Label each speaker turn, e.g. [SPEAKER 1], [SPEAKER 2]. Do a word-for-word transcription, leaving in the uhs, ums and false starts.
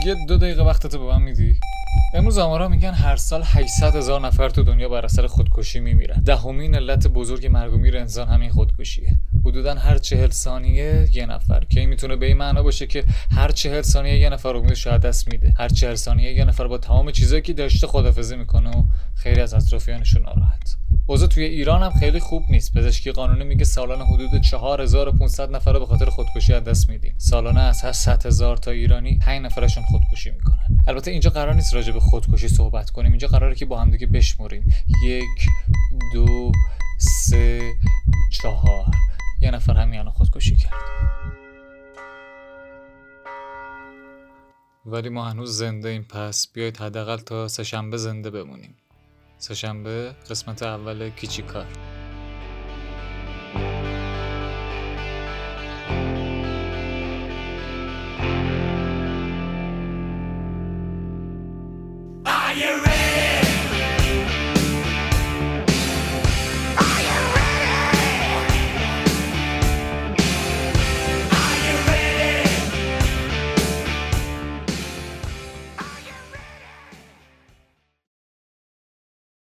[SPEAKER 1] یه دو دقیقه وقتتو به من میدی؟ امروز آمارا میگن هر سال هشتصد هزار نفر تو دنیا بر اثر خودکشی میمیرن. دهمین علت بزرگ مرگ و میر انسان همین خودکشیه. حدوداً هر چهل ثانیه یه نفر، که این میتونه به این معنا باشه که هر چهل ثانیه یه نفر امیدش از دست میده. هر چهل ثانیه یه نفر با تمام چیزایی که داشته خدافظی میکنه و خیلی از اطرافیانشون ناراحت. اوضاع توی ایران هم خیلی خوب نیست. پزشکی قانونی میگه سالانه حدود چهار هزار و پانصد نفر به خاطر خودکشی از دست میدیم. سالانه از هر صد هزار تا ایرانی پنج نفرشون خودکشی میکنن. البته اینجا قرار نیست راجع به خودکشی صحبت کنیم. اینجا قراره که با هم دیگه بشمریم. یک، دو، سه، چهار. یه نفر همین الان خودکشی کرد. ولی ما هنوز زنده ایم. پس بیایید حداقل تا سه‌شنبه زنده بمونیم. سه‌شنبه قسمت اول کیچیکار.
[SPEAKER 2] Are you